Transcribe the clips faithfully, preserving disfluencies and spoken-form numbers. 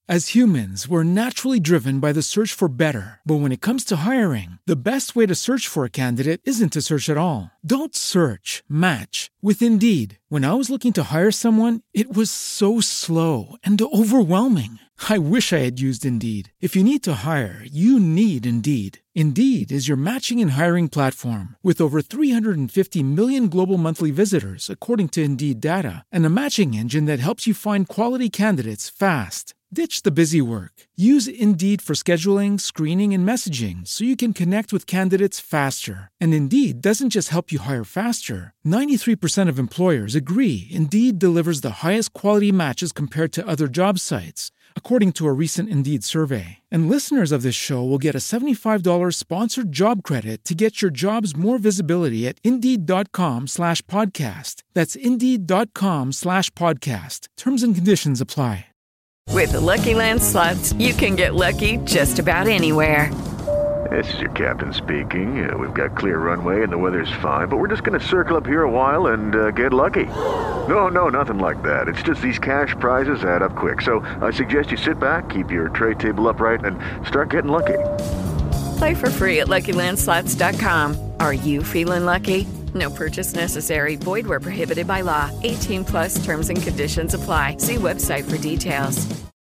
As humans, we're naturally driven by the search for better. But when it comes to hiring, the best way to search for a candidate isn't to search at all. Don't search, match with Indeed. When I was looking to hire someone, it was so slow and overwhelming. I wish I had used Indeed. If you need to hire, you need Indeed. Indeed is your matching and hiring platform with over three hundred fifty million global monthly visitors, according to Indeed data, and a matching engine that helps you find quality candidates fast. Ditch the busy work. Use Indeed for scheduling, screening, and messaging so you can connect with candidates faster. And Indeed doesn't just help you hire faster. ninety-three percent of employers agree Indeed delivers the highest quality matches compared to other job sites, according to a recent Indeed survey. And listeners of this show will get a seventy-five dollars sponsored job credit to get your jobs more visibility at Indeed.com slash podcast. That's Indeed.com slash podcast. Terms and conditions apply. With the Lucky Land Slots, you can get lucky just about anywhere. This is your captain speaking. Uh, we've got clear runway and the weather's fine, but we're just going to circle up here a while and uh, get lucky. No, no, nothing like that. It's just these cash prizes add up quick. So I suggest you sit back, keep your tray table upright, and start getting lucky. Play for free at Lucky Land Slots dot com. Are you feeling lucky? No purchase necessary. Void where prohibited by law. eighteen plus terms and conditions apply. See website for details.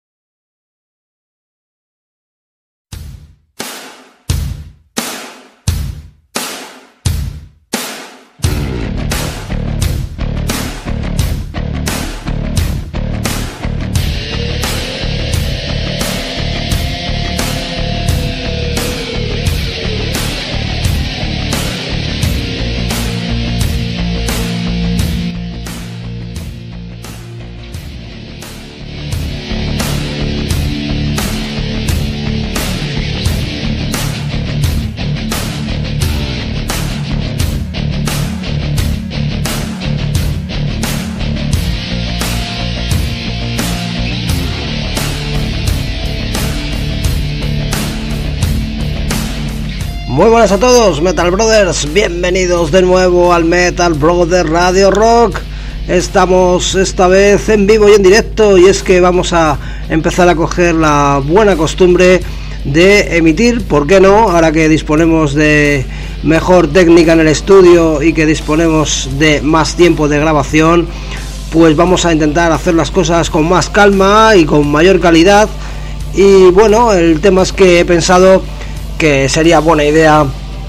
Muy buenas a todos, Metal Brothers, bienvenidos de nuevo al Metal Brother Radio Rock. Estamos esta vez en vivo y en directo, y es que vamos a empezar a coger la buena costumbre de emitir, ¿por qué no? Ahora que disponemos de mejor técnica en el estudio y que disponemos de más tiempo de grabación, pues vamos a intentar hacer las cosas con más calma y con mayor calidad. Y bueno, el tema es que he pensado que sería buena idea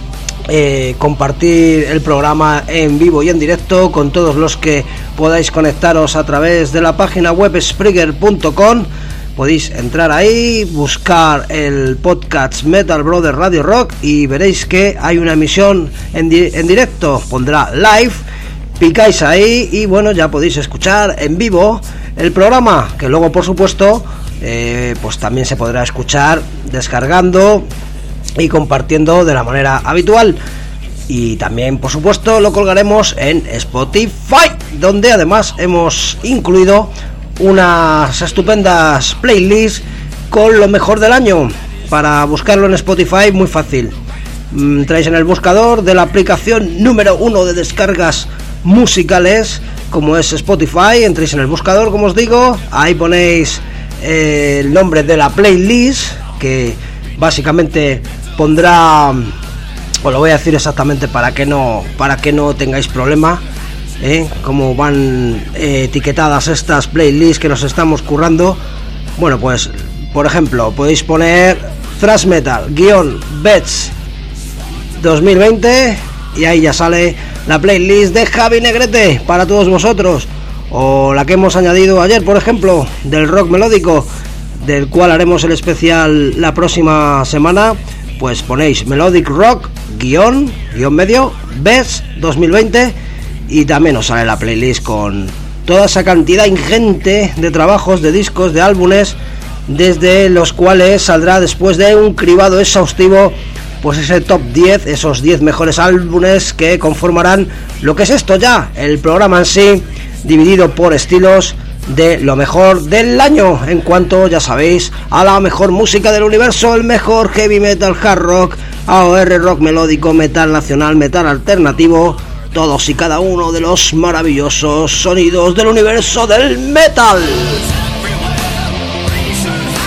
eh, compartir el programa en vivo y en directo con todos los que podáis conectaros a través de la página web Spreaker punto com. Podéis entrar ahí, buscar el podcast Metal Brother Radio Rock y veréis que hay una emisión en, di- en directo, pondrá live, picáis ahí y bueno, ya podéis escuchar en vivo el programa, que luego por supuesto eh, pues también se podrá escuchar descargando y compartiendo de la manera habitual. Y también por supuesto lo colgaremos en Spotify, donde además hemos incluido unas estupendas playlists con lo mejor del año. Para buscarlo en Spotify, muy fácil, entráis en el buscador de la aplicación número uno de descargas musicales como es Spotify, entréis en el buscador, como os digo, ahí ponéis eh, el nombre de la playlist, que básicamente pondrá, os lo voy a decir exactamente para que no para que no tengáis problema, ¿eh? Como van eh, etiquetadas estas playlists que nos estamos currando. Bueno, pues por ejemplo podéis poner Thrash Metal guión Bets dos mil veinte y ahí ya sale la playlist de Javi Negrete para todos vosotros, o la que hemos añadido ayer, por ejemplo, del rock melódico, del cual haremos el especial la próxima semana. Pues ponéis Melodic Rock guión, guión medio Best dos mil veinte y también os sale la playlist con toda esa cantidad ingente de trabajos, de discos, de álbumes, desde los cuales saldrá, después de un cribado exhaustivo, pues ese top diez, esos diez mejores álbumes que conformarán lo que es esto ya, el programa en sí, dividido por estilos de lo mejor del año, en cuanto, ya sabéis, a la mejor música del universo, el mejor heavy metal, hard rock, A O R, rock melódico, metal nacional, metal alternativo, todos y cada uno de los maravillosos sonidos del universo del metal.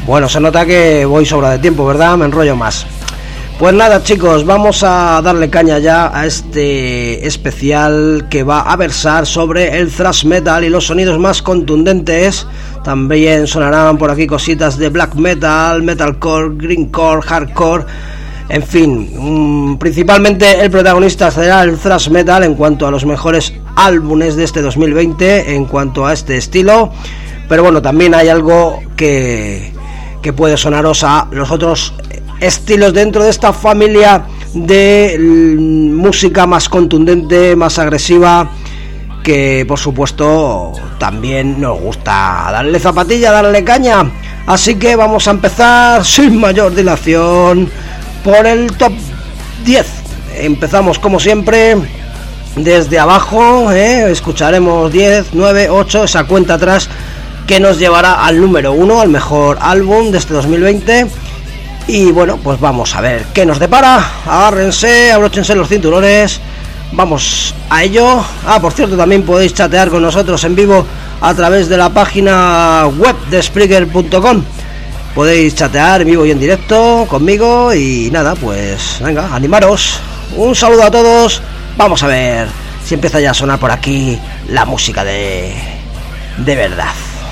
Bueno, se nota que voy sobra de tiempo, ¿verdad? Me enrollo más. Pues nada, chicos, vamos a darle caña ya a este especial que va a versar sobre el thrash metal y los sonidos más contundentes. También sonarán por aquí cositas de black metal, metalcore, greencore, hardcore. En fin, um, principalmente el protagonista será el thrash metal en cuanto a los mejores álbumes de este dos mil veinte, en cuanto a este estilo. Pero bueno, también hay algo que, que puede sonaros a los otros estilos dentro de esta familia de música más contundente, más agresiva, que por supuesto también nos gusta darle zapatilla, darle caña. Así que vamos a empezar sin mayor dilación por el top diez. Empezamos como siempre desde abajo, ¿eh? Escucharemos diez, nueve, ocho, esa cuenta atrás que nos llevará al número uno, al mejor álbum de este dos mil veinte. Y bueno, pues vamos a ver qué nos depara. Agárrense, abróchense los cinturones, vamos a ello. Ah, por cierto, también podéis chatear con nosotros en vivo a través de la página web de Spreaker punto com. Podéis chatear en vivo y en directo conmigo. Y nada, pues venga, animaros. Un saludo a todos. Vamos a ver si empieza ya a sonar por aquí la música de, de verdad.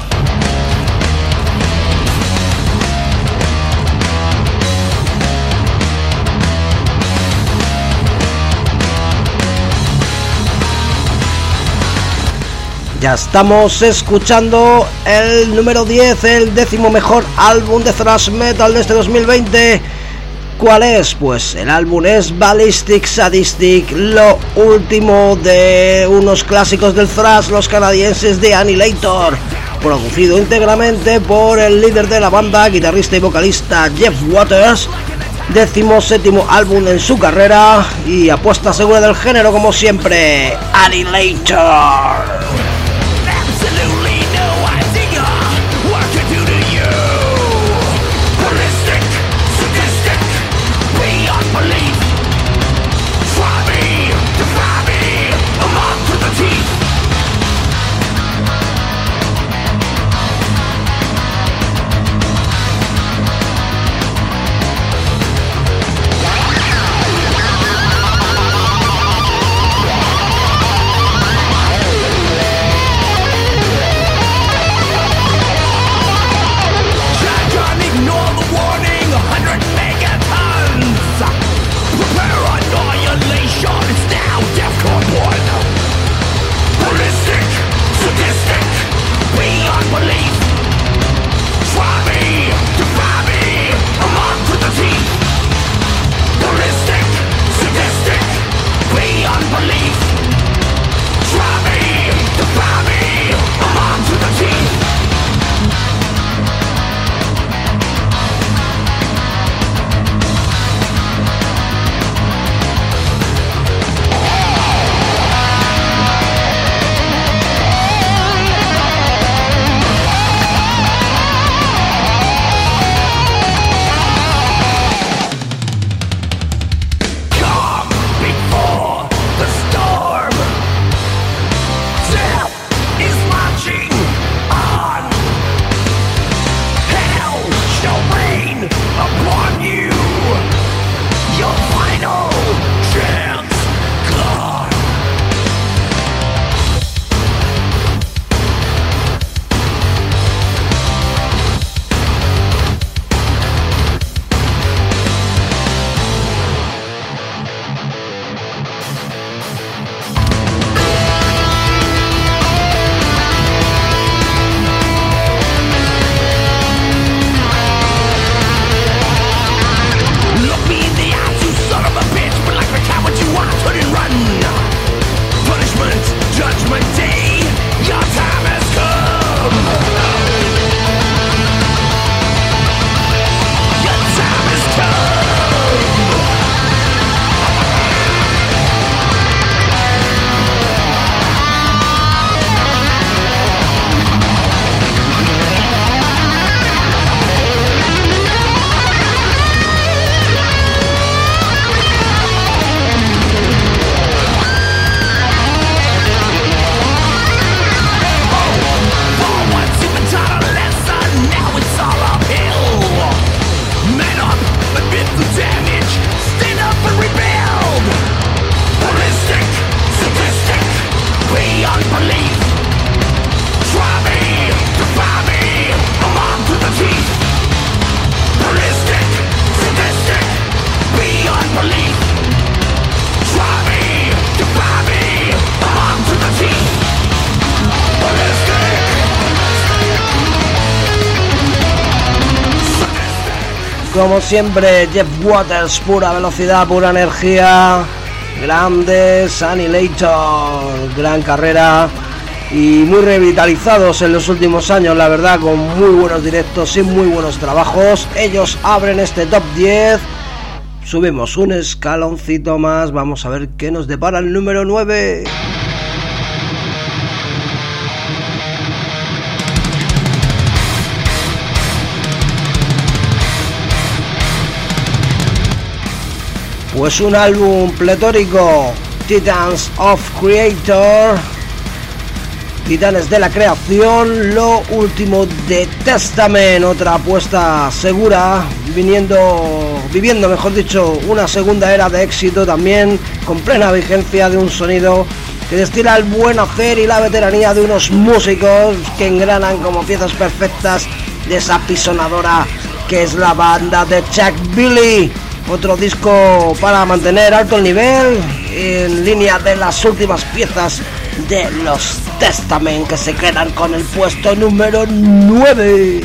Ya estamos escuchando el número diez, el décimo mejor álbum de thrash metal de este dos mil veinte. ¿Cuál es? Pues el álbum es Ballistic Sadistic, lo último de unos clásicos del thrash, los canadienses de Annihilator, producido íntegramente por el líder de la banda, guitarrista y vocalista Jeff Waters. Décimo séptimo álbum en su carrera y apuesta segura del género como siempre, Annihilator. Yeah. Como siempre, Jeff Waters, pura velocidad, pura energía, grandes, Annihilator, gran carrera y muy revitalizados en los últimos años, la verdad, con muy buenos directos y muy buenos trabajos. Ellos abren este top diez, subimos un escaloncito más, vamos a ver qué nos depara el número nueve. Pues un álbum pletórico, Titans of Creator, Titanes de la Creación, lo último de Testament, otra apuesta segura, viniendo, viviendo mejor dicho, una segunda era de éxito también, con plena vigencia de un sonido que destila el buen hacer y la veteranía de unos músicos que engranan como piezas perfectas de esa pisonadora que es la banda de Chuck Billy. Otro disco para mantener alto el nivel, en línea de las últimas piezas de los Testament, que se quedan con el puesto número nueve.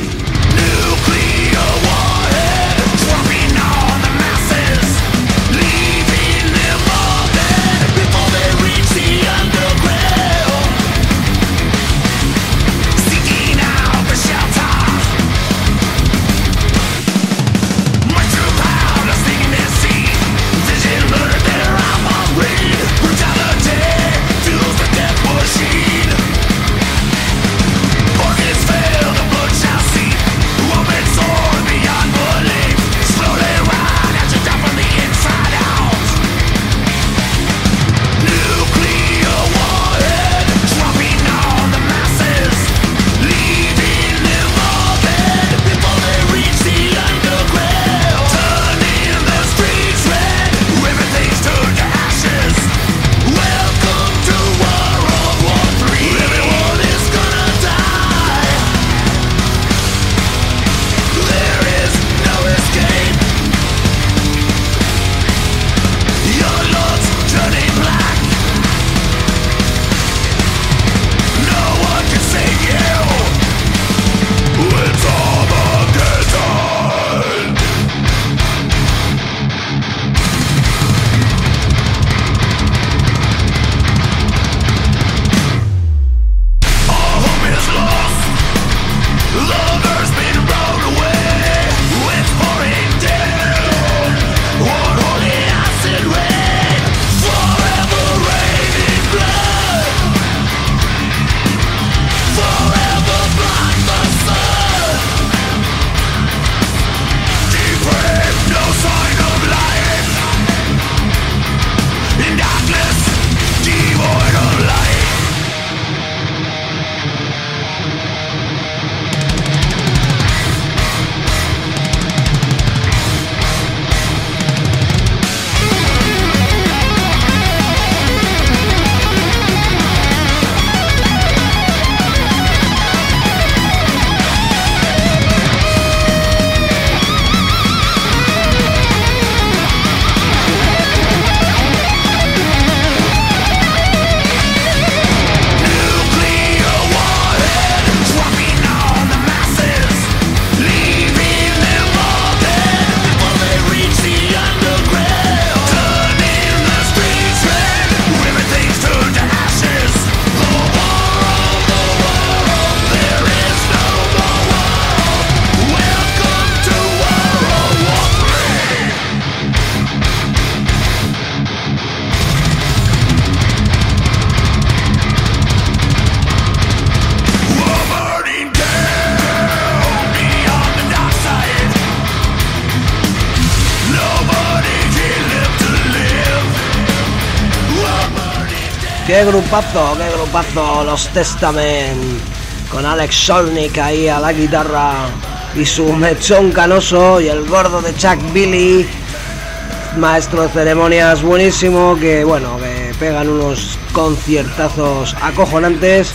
Qué grupazo, qué grupazo los Testament, con Alex Solnick ahí a la guitarra y su mechón canoso y el gordo de Chuck Billy, maestro de ceremonias buenísimo, que bueno, que pegan unos conciertazos acojonantes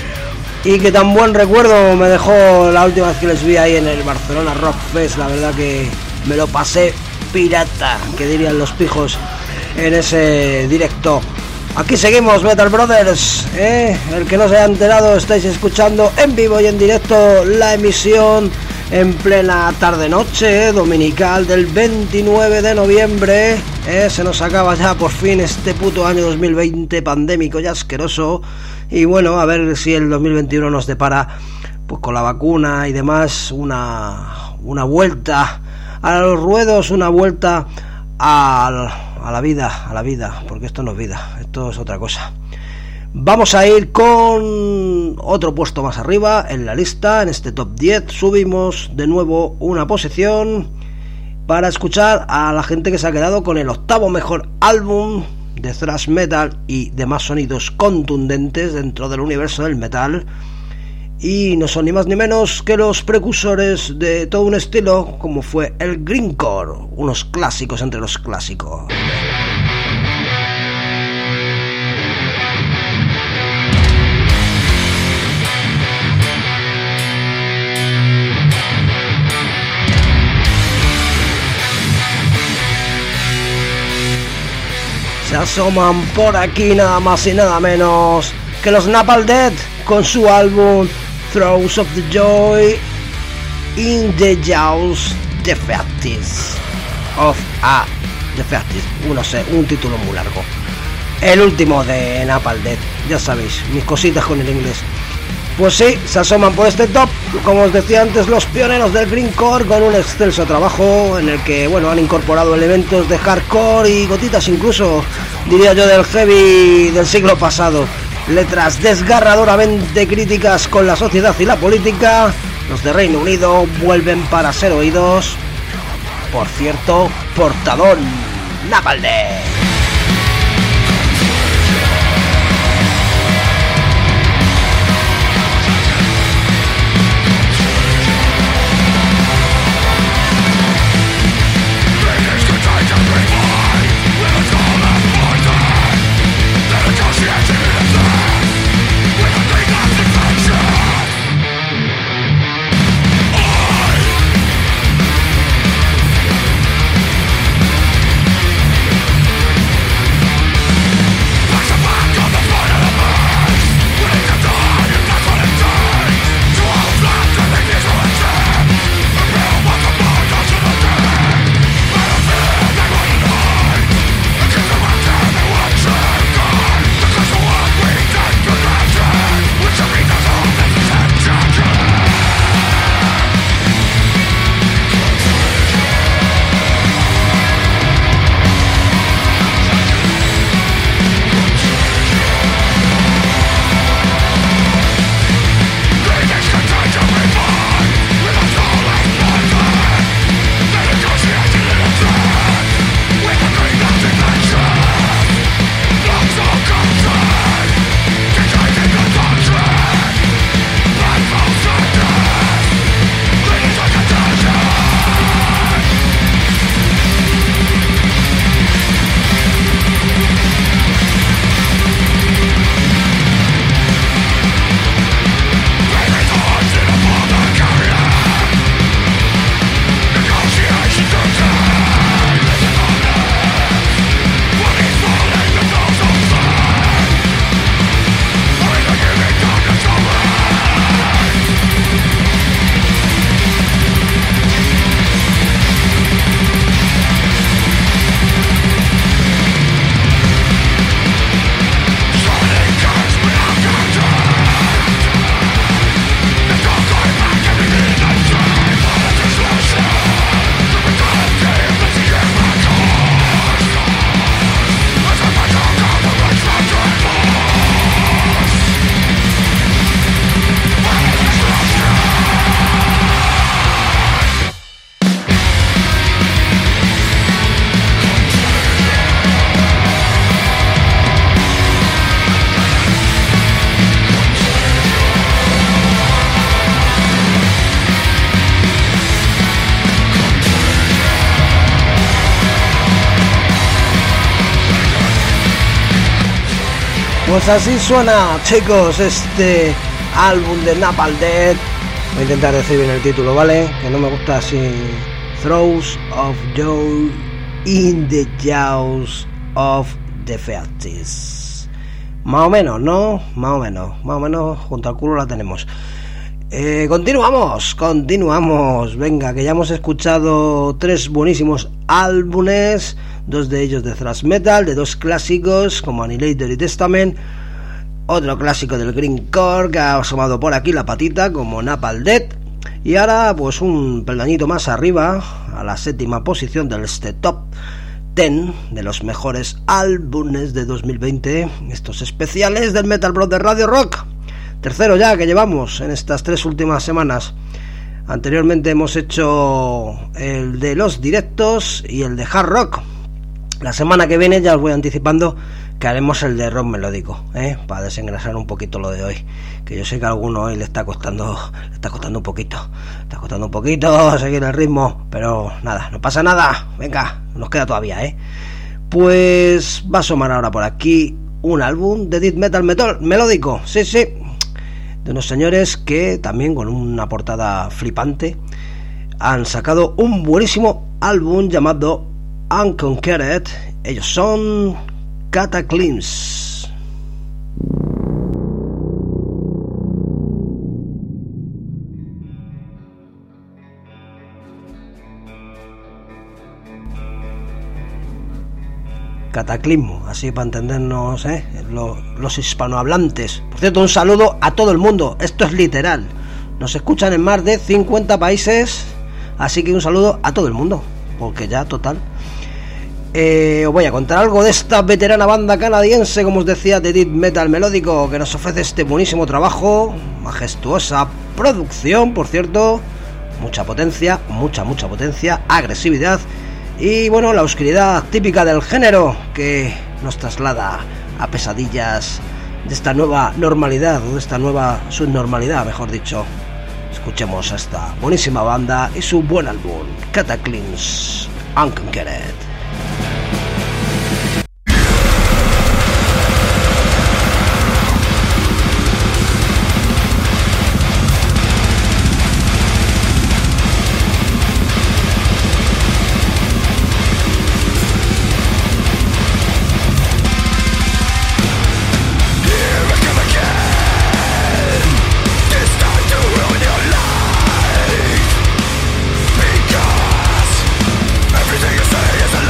y que tan buen recuerdo me dejó la última vez que les vi ahí en el Barcelona Rock Fest. La verdad que me lo pasé pirata, que dirían los pijos en ese directo. Aquí seguimos, Metal Brothers, ¿eh? El que no se haya enterado, estáis escuchando en vivo y en directo la emisión en plena tarde-noche dominical del veintinueve de noviembre. Eh, se nos acaba ya por fin este puto año dos mil veinte pandémico y asqueroso. Y bueno, a ver si el dos mil veintiuno nos depara, pues con la vacuna y demás, una, una vuelta a los ruedos, una vuelta a, a la vida, a la vida, porque esto no es vida, esto es otra cosa. Vamos a ir con otro puesto más arriba en la lista, en este top diez. Subimos de nuevo una posición para escuchar a la gente que se ha quedado con el octavo mejor álbum de thrash metal y demás sonidos contundentes dentro del universo del metal. Y no son ni más ni menos que los precursores de todo un estilo como fue el grindcore, unos clásicos entre los clásicos. Se asoman por aquí nada más y nada menos que los Napalm Death con su álbum Throes of the Joy in the Jaws Defeatis of a Defeatis, no sé, un título muy largo. El último de Napalm Death, ya sabéis, mis cositas con el inglés. Pues sí, se asoman por este top, como os decía antes, los pioneros del grindcore, con un excelso trabajo en el que, bueno, han incorporado elementos de hardcore y gotitas incluso, diría yo, del heavy del siglo pasado. Letras desgarradoramente críticas con la sociedad y la política. Los de Reino Unido vuelven para ser oídos. Por cierto, portadón, Napalm Death. Pues así suena, chicos, este álbum de Napalm Death. Voy a intentar decir bien el título, ¿vale? Que no me gusta así. Throes of Joy in the Jaws of Defeatis. Más o menos, ¿no? Más o menos, más o menos junto al culo la tenemos. Eh, continuamos, continuamos. Venga, que ya hemos escuchado tres buenísimos álbumes, dos de ellos de thrash metal, de dos clásicos como Annihilator y Testament, otro clásico del grindcore que ha asomado por aquí la patita como Napalm Death, y ahora pues un peldañito más arriba, a la séptima posición del este top diez de los mejores álbumes de dos mil veinte, estos especiales del Metal Brother Radio Rock. Tercero ya que llevamos en estas tres últimas semanas. Anteriormente hemos hecho el de los directos y el de hard rock. La semana que viene ya os voy anticipando que haremos el de rock melódico, ¿eh? Para desengrasar un poquito lo de hoy, que yo sé que a alguno hoy le está costando le está costando un poquito le está costando un poquito seguir el ritmo, pero nada, no pasa nada. Venga, nos queda todavía, ¿eh? Pues va a asomar ahora por aquí un álbum de death metal, metal melódico, sí, sí, de unos señores que también con una portada flipante han sacado un buenísimo álbum llamado Unconquered. Ellos son Cataclysm. Cataclismo, así para entendernos, ¿eh? Los, los hispanohablantes. Por cierto, un saludo a todo el mundo, esto es literal. Nos escuchan en más de cincuenta países, así que un saludo a todo el mundo, porque ya total. Eh, os voy a contar algo de esta veterana banda canadiense, como os decía, de death metal melódico, que nos ofrece este buenísimo trabajo, majestuosa producción, por cierto, mucha potencia, mucha, mucha potencia, agresividad y, bueno, la oscuridad típica del género que nos traslada a pesadillas de esta nueva normalidad, o de esta nueva subnormalidad, mejor dicho. Escuchemos a esta buenísima banda y su buen álbum, Cataclysm Unconquered. Everything you say is a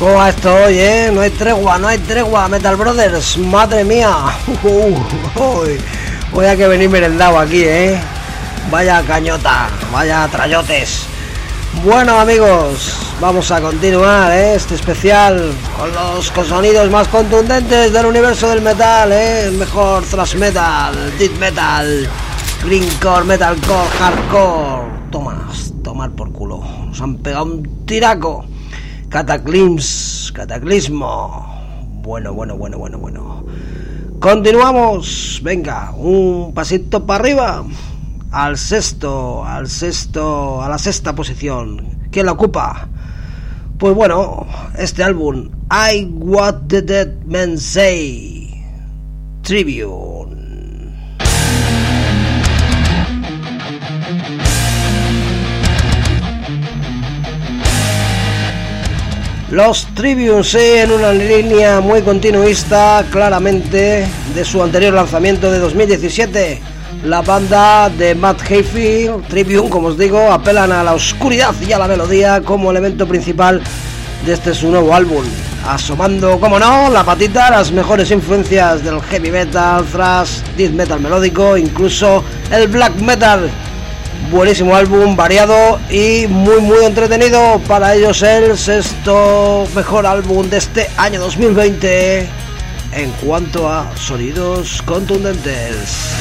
¿Cómo va esto hoy, eh? No hay tregua, no hay tregua, Metal Brothers, madre mía. Uh, uh, uy. Voy a que venir merendado aquí, eh. Vaya cañota, vaya trayotes. Bueno, amigos, vamos a continuar, ¿eh? Este especial con los con sonidos más contundentes del universo del metal, ¿eh? El mejor thrash metal, death metal, greencore, metalcore, hardcore. Toma, tomar por culo. Nos han pegado un tiraco. Cataclims, cataclismo. Bueno, bueno, bueno, bueno, bueno. Continuamos. Venga, un pasito para arriba. Al sexto, al sexto, a la sexta posición. ¿Quién la ocupa? Pues bueno, este álbum, I What the Dead Men Say, Tribune. Los Tribune, sí, en una línea muy continuista, claramente, de su anterior lanzamiento de dos mil diecisiete. La banda de Matt Hayfield, Tribune, como os digo, apelan a la oscuridad y a la melodía como elemento principal de este su nuevo álbum, asomando, como no, la patita a las mejores influencias del heavy metal, thrash, death metal melódico, incluso el black metal. Buenísimo álbum, variado y muy muy entretenido. Para ellos el sexto mejor álbum de este año dos mil veinte en cuanto a sonidos contundentes.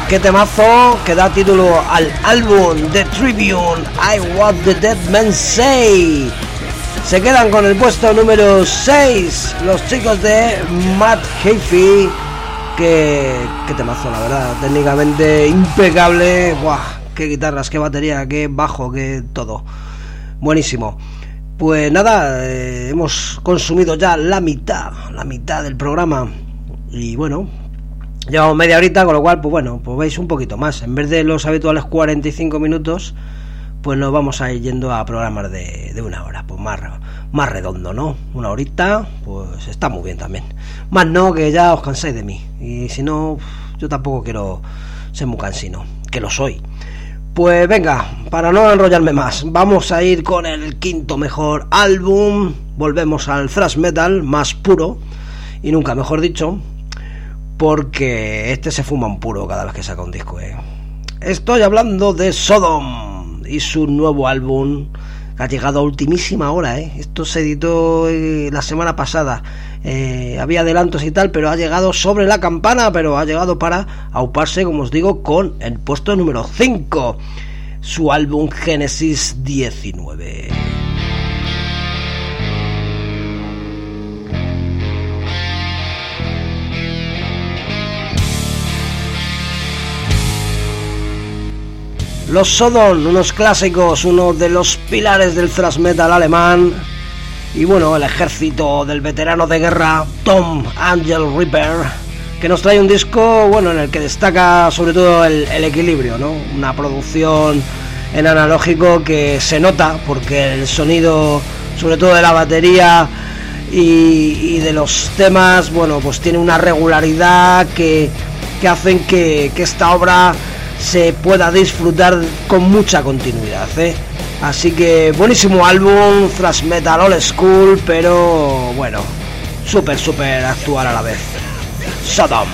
qué temazo que da título al álbum The Tribune, I What the Dead Men Say. Se quedan con el puesto número seis los chicos de Matt Heafy. Que, qué temazo, la verdad, técnicamente impecable. Buah, qué guitarras, qué batería, qué bajo, qué todo. Buenísimo. Pues nada, eh, hemos consumido ya la mitad, la mitad del programa. Y bueno, llevamos media horita, con lo cual, pues bueno, pues veis un poquito más. En vez de los habituales cuarenta y cinco minutos, pues nos vamos a ir yendo a programas de, de una hora, pues más, más redondo, ¿no? Una horita, pues está muy bien también. Más no, que ya os cansáis de mí. Y si no, yo tampoco quiero ser muy cansino, que lo soy. Pues venga, para no enrollarme más, vamos a ir con el quinto mejor álbum. Volvemos al thrash metal más puro, y nunca mejor dicho, porque este se fuma un puro cada vez que saca un disco, ¿eh? Estoy hablando de Sodom y su nuevo álbum, que ha llegado a ultimísima hora, ¿eh? Esto se editó eh, la semana pasada, eh, había adelantos y tal, pero ha llegado sobre la campana, pero ha llegado para auparse, como os digo, con el puesto número cinco, su álbum Génesis diecinueve. Los Sodom, unos clásicos, uno de los pilares del thrash metal alemán. Y bueno, el ejército del veterano de guerra Tom Angel Reaper, que nos trae un disco, bueno, en el que destaca sobre todo el, el equilibrio, ¿no? Una producción en analógico que se nota, porque el sonido, sobre todo de la batería y, y de los temas, bueno, pues tiene una regularidad que, que hacen que, que esta obra se pueda disfrutar con mucha continuidad, ¿eh? Así que buenísimo álbum, thrash metal old school, pero bueno, súper súper actual a la vez. Sodom.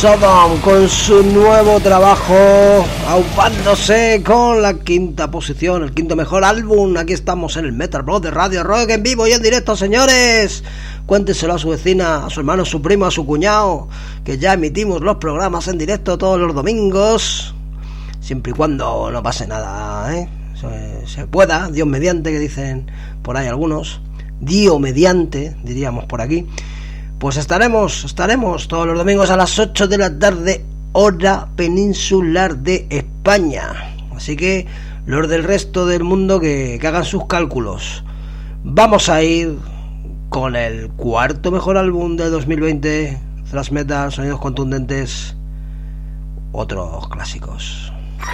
Sodom con su nuevo trabajo, aupándose con la quinta posición, el quinto mejor álbum. Aquí estamos en el Metal Blog de Radio Rock, en vivo y en directo, señores. Cuénteselo a su vecina, a su hermano, a su primo, a su cuñado, que ya emitimos los programas en directo todos los domingos, siempre y cuando no pase nada, ¿eh? Se, se pueda, Dios mediante, que dicen por ahí algunos, Dio mediante, diríamos por aquí. Pues estaremos, estaremos todos los domingos a las ocho de la tarde, hora peninsular de España. Así que los del resto del mundo que, que hagan sus cálculos. Vamos a ir con el cuarto mejor álbum de dos mil veinte, thrash metal, sonidos contundentes, otros clásicos.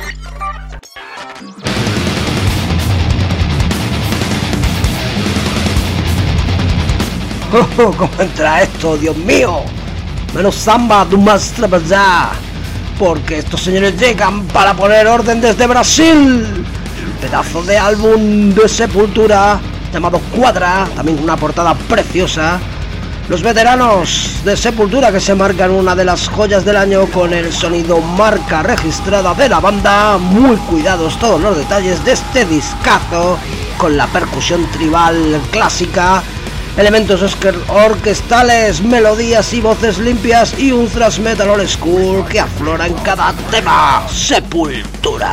Oh, ¿cómo entra esto? Dios mío, menos samba, tú más trabajar, porque estos señores llegan para poner orden desde Brasil. Pedazo de álbum de Sepultura llamado Cuadra, también una portada preciosa. Los veteranos de Sepultura, que se marcan una de las joyas del año con el sonido marca registrada de la banda. Muy cuidados todos los detalles de este discazo, con la percusión tribal clásica, elementos orquestales, melodías y voces limpias, y un thrash metal old school que aflora en cada tema. Sepultura.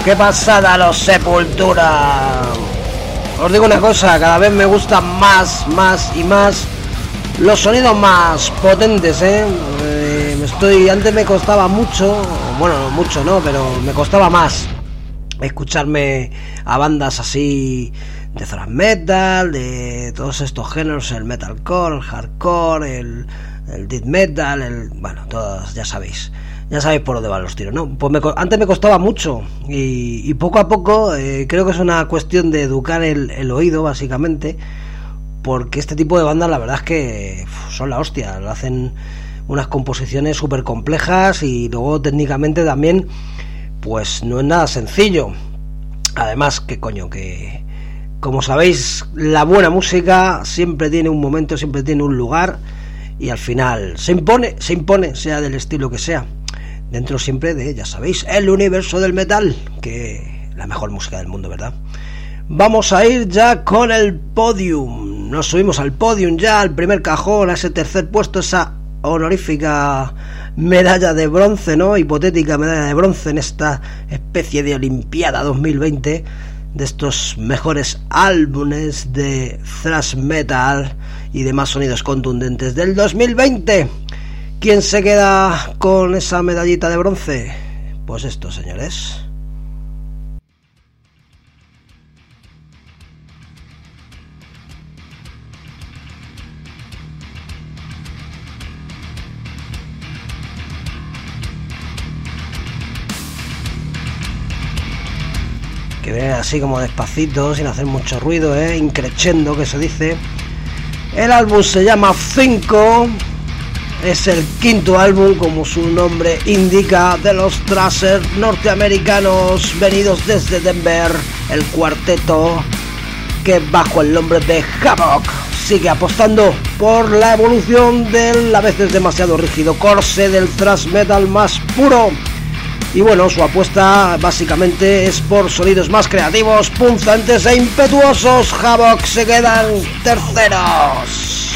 ¡Qué pasada los Sepultura! Os digo una cosa, cada vez me gustan más, más y más los sonidos más potentes, ¿eh? eh me estoy, antes me costaba mucho, bueno, mucho no, pero me costaba más escucharme a bandas así de thrash metal, de todos estos géneros, el metalcore, el hardcore, el, el death metal, el, bueno, todos ya sabéis. Ya sabéis por dónde van los tiros, ¿no? Pues me, antes me costaba mucho y, y poco a poco eh, creo que es una cuestión de educar el, el oído, básicamente, porque este tipo de bandas la verdad es que uf, son la hostia, lo hacen unas composiciones súper complejas y luego técnicamente también pues no es nada sencillo. Además, que coño, que como sabéis, la buena música siempre tiene un momento, siempre tiene un lugar y al final se impone, se impone, sea del estilo que sea. Dentro siempre de, ya sabéis, el universo del metal, que la mejor música del mundo, ¿verdad? Vamos a ir ya con el podium. Nos subimos al podium ya, al primer cajón, a ese tercer puesto, esa honorífica medalla de bronce, ¿no? Hipotética medalla de bronce en esta especie de Olimpiada dos mil veinte de estos mejores álbumes de thrash metal y demás sonidos contundentes del dos mil veinte. ¿Quién se queda con esa medallita de bronce? Pues estos señores. Que viene así como despacito, sin hacer mucho ruido, ¿eh? Increchendo, que se dice. El álbum se llama cinco. Es el quinto álbum, como su nombre indica, de los thrashers norteamericanos venidos desde Denver. El cuarteto que bajo el nombre de Havoc sigue apostando por la evolución del a veces demasiado rígido corse del thrash metal más puro. Y bueno, su apuesta básicamente es por sonidos más creativos, punzantes e impetuosos. Havoc se quedan terceros.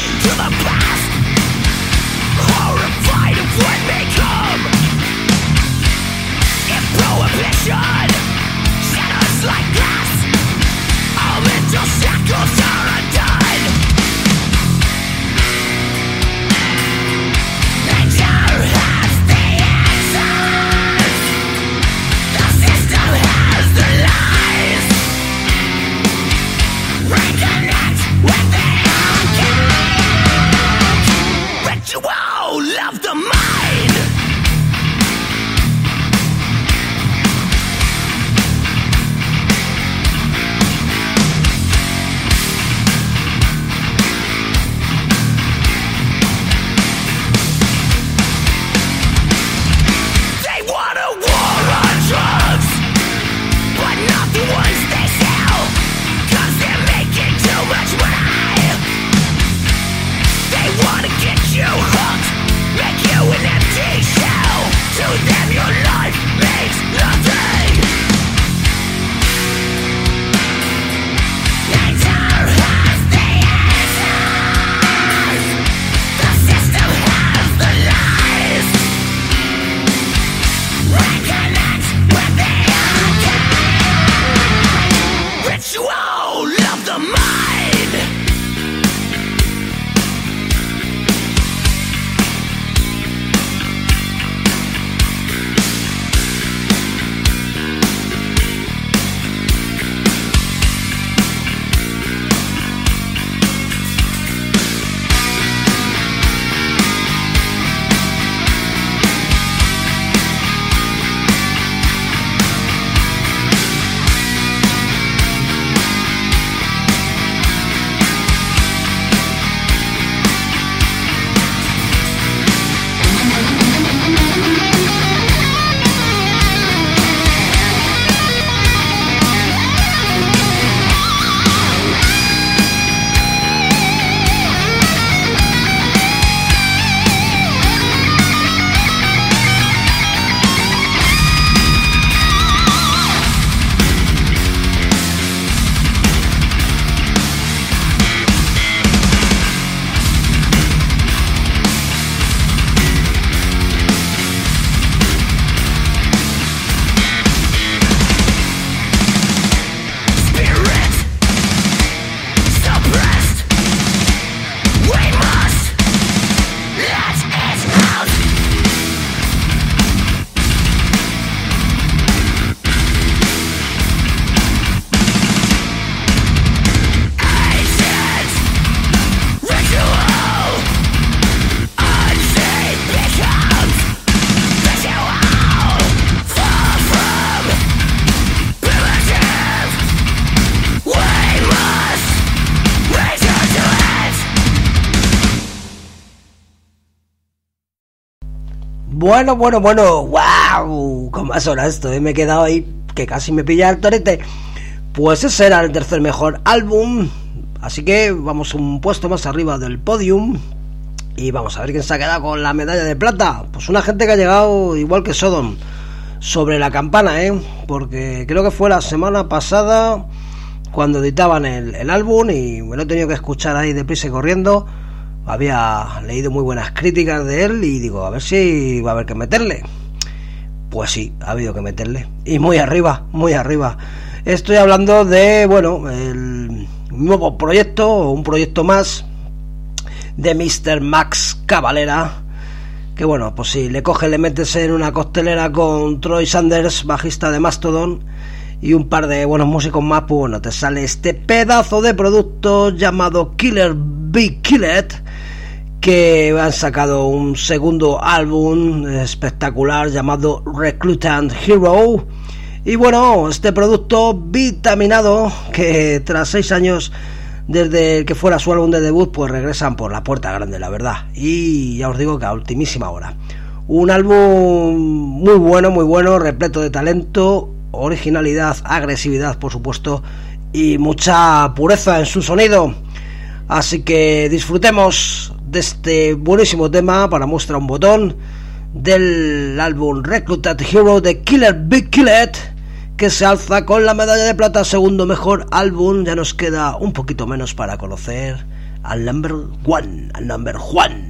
Bueno, bueno, bueno, wow, ¿cómo suena esto? Eh? Me he quedado ahí que casi me pilla el torete. Pues ese era el tercer mejor álbum, así que vamos un puesto más arriba del podium y vamos a ver quién se ha quedado con la medalla de plata. Pues una gente que ha llegado igual que Sodom sobre la campana, ¿eh? Porque creo que fue la semana pasada cuando editaban el, el álbum y me lo he tenido que escuchar ahí deprisa y corriendo. Había leído muy buenas críticas de él y digo, a ver si va a haber que meterle. Pues sí, ha habido que meterle. Y muy arriba, muy arriba. Estoy hablando de, bueno, el nuevo proyecto, un proyecto más de mister Max Cavalera. Que bueno, pues si le coges, le metes en una costelera con Troy Sanders, bajista de Mastodon, y un par de buenos músicos más, pues bueno, te sale este pedazo de producto llamado Killer Be Killed, que han sacado un segundo álbum espectacular llamado Reclutant Hero. Y bueno, este producto vitaminado, que tras seis años desde que fuera su álbum de debut, pues regresan por la puerta grande, la verdad. Y ya os digo que a ultimísima hora. Un álbum muy bueno, muy bueno, repleto de talento, originalidad, agresividad, por supuesto, y mucha pureza en su sonido. Así que disfrutemos de este buenísimo tema para muestra un botón del álbum Reclutant Hero de Killer Be Killed, que se alza con la medalla de plata, segundo mejor álbum. Ya nos queda un poquito menos para conocer al number one, al number one.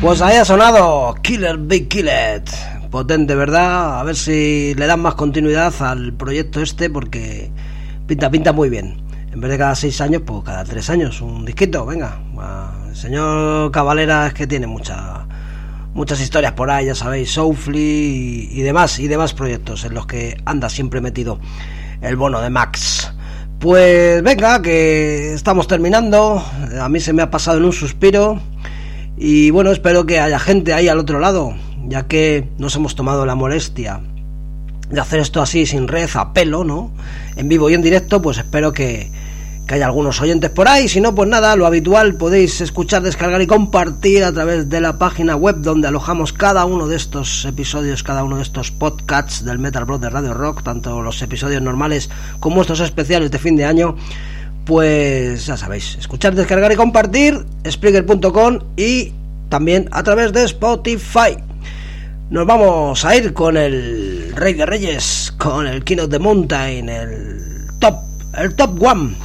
Pues ahí ha sonado Killer Be Killed. Potente, ¿verdad? A ver si le dan más continuidad al proyecto este, porque pinta, pinta muy bien. En vez de cada seis años, pues cada tres años un disquito, venga. El señor Cavalera es que tiene mucha, muchas historias por ahí, ya sabéis, Soulfly y, y demás, y demás proyectos en los que anda siempre metido el bono de Max. Pues venga, que estamos terminando. A mí se me ha pasado en un suspiro. Y bueno, espero que haya gente ahí al otro lado, ya que nos hemos tomado la molestia de hacer esto así sin red, a pelo, ¿no? En vivo y en directo, pues espero que, que haya algunos oyentes por ahí. Si no, pues nada, lo habitual, podéis escuchar, descargar y compartir a través de la página web donde alojamos cada uno de estos episodios, cada uno de estos podcasts del Metal Brothers Radio Rock, tanto los episodios normales como estos especiales de fin de año. Pues ya sabéis, escuchar, descargar y compartir, Spreaker punto com, y también a través de Spotify. Nos vamos a ir con el Rey de Reyes, con el King of the Mountain, el top, el top one.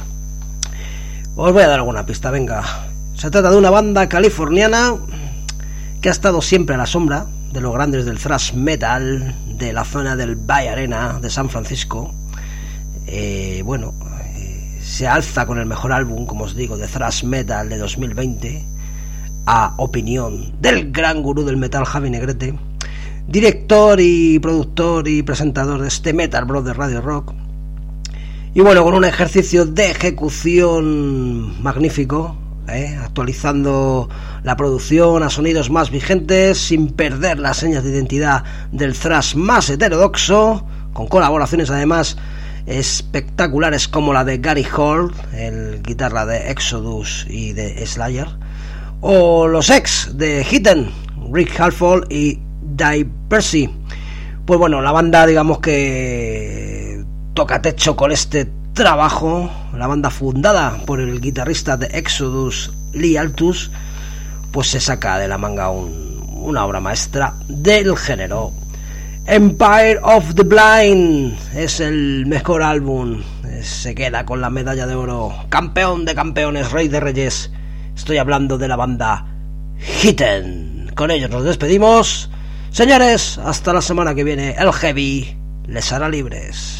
Os voy a dar alguna pista, venga. Se trata de una banda californiana que ha estado siempre a la sombra de los grandes del thrash metal de la zona del Bay Arena de San Francisco. Eh, bueno... se alza con el mejor álbum, como os digo, de thrash metal de dos mil veinte, a opinión del gran gurú del metal, Javi Negrete, director y productor y presentador de este Metal Brothers Radio Rock. Y bueno, con un ejercicio de ejecución magnífico, ¿eh? actualizando la producción a sonidos más vigentes, sin perder las señas de identidad del thrash más heterodoxo, con colaboraciones además espectaculares como la de Gary Holt, el guitarra de Exodus y de Slayer, o los ex de Hitten, Rick Halford y Dave Percy. Pues bueno, la banda, digamos que toca techo con este trabajo. La banda fundada por el guitarrista de Exodus, Lee Altus, pues se saca de la manga un, una obra maestra del género. Empire of the Blind es el mejor álbum, se queda con la medalla de oro, campeón de campeones, rey de reyes. Estoy hablando de la banda Hitten. Con ellos nos despedimos, señores, hasta la semana que viene. El heavy les hará libres.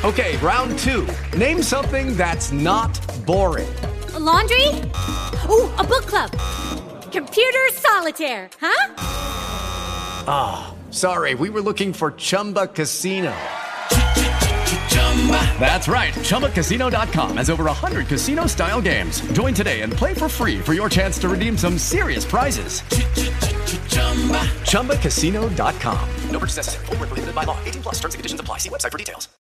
Okay, round two. Name something that's not boring. A laundry? Ooh, a book club. Computer solitaire, huh? Ah, oh, sorry, we were looking for Chumba Casino. That's right, Chumba Casino dot com has over one hundred casino-style games. Join today and play for free for your chance to redeem some serious prizes. Chumba Casino dot com. No purchase necessary. Void where prohibited by law. eighteen plus terms and conditions apply. See website for details.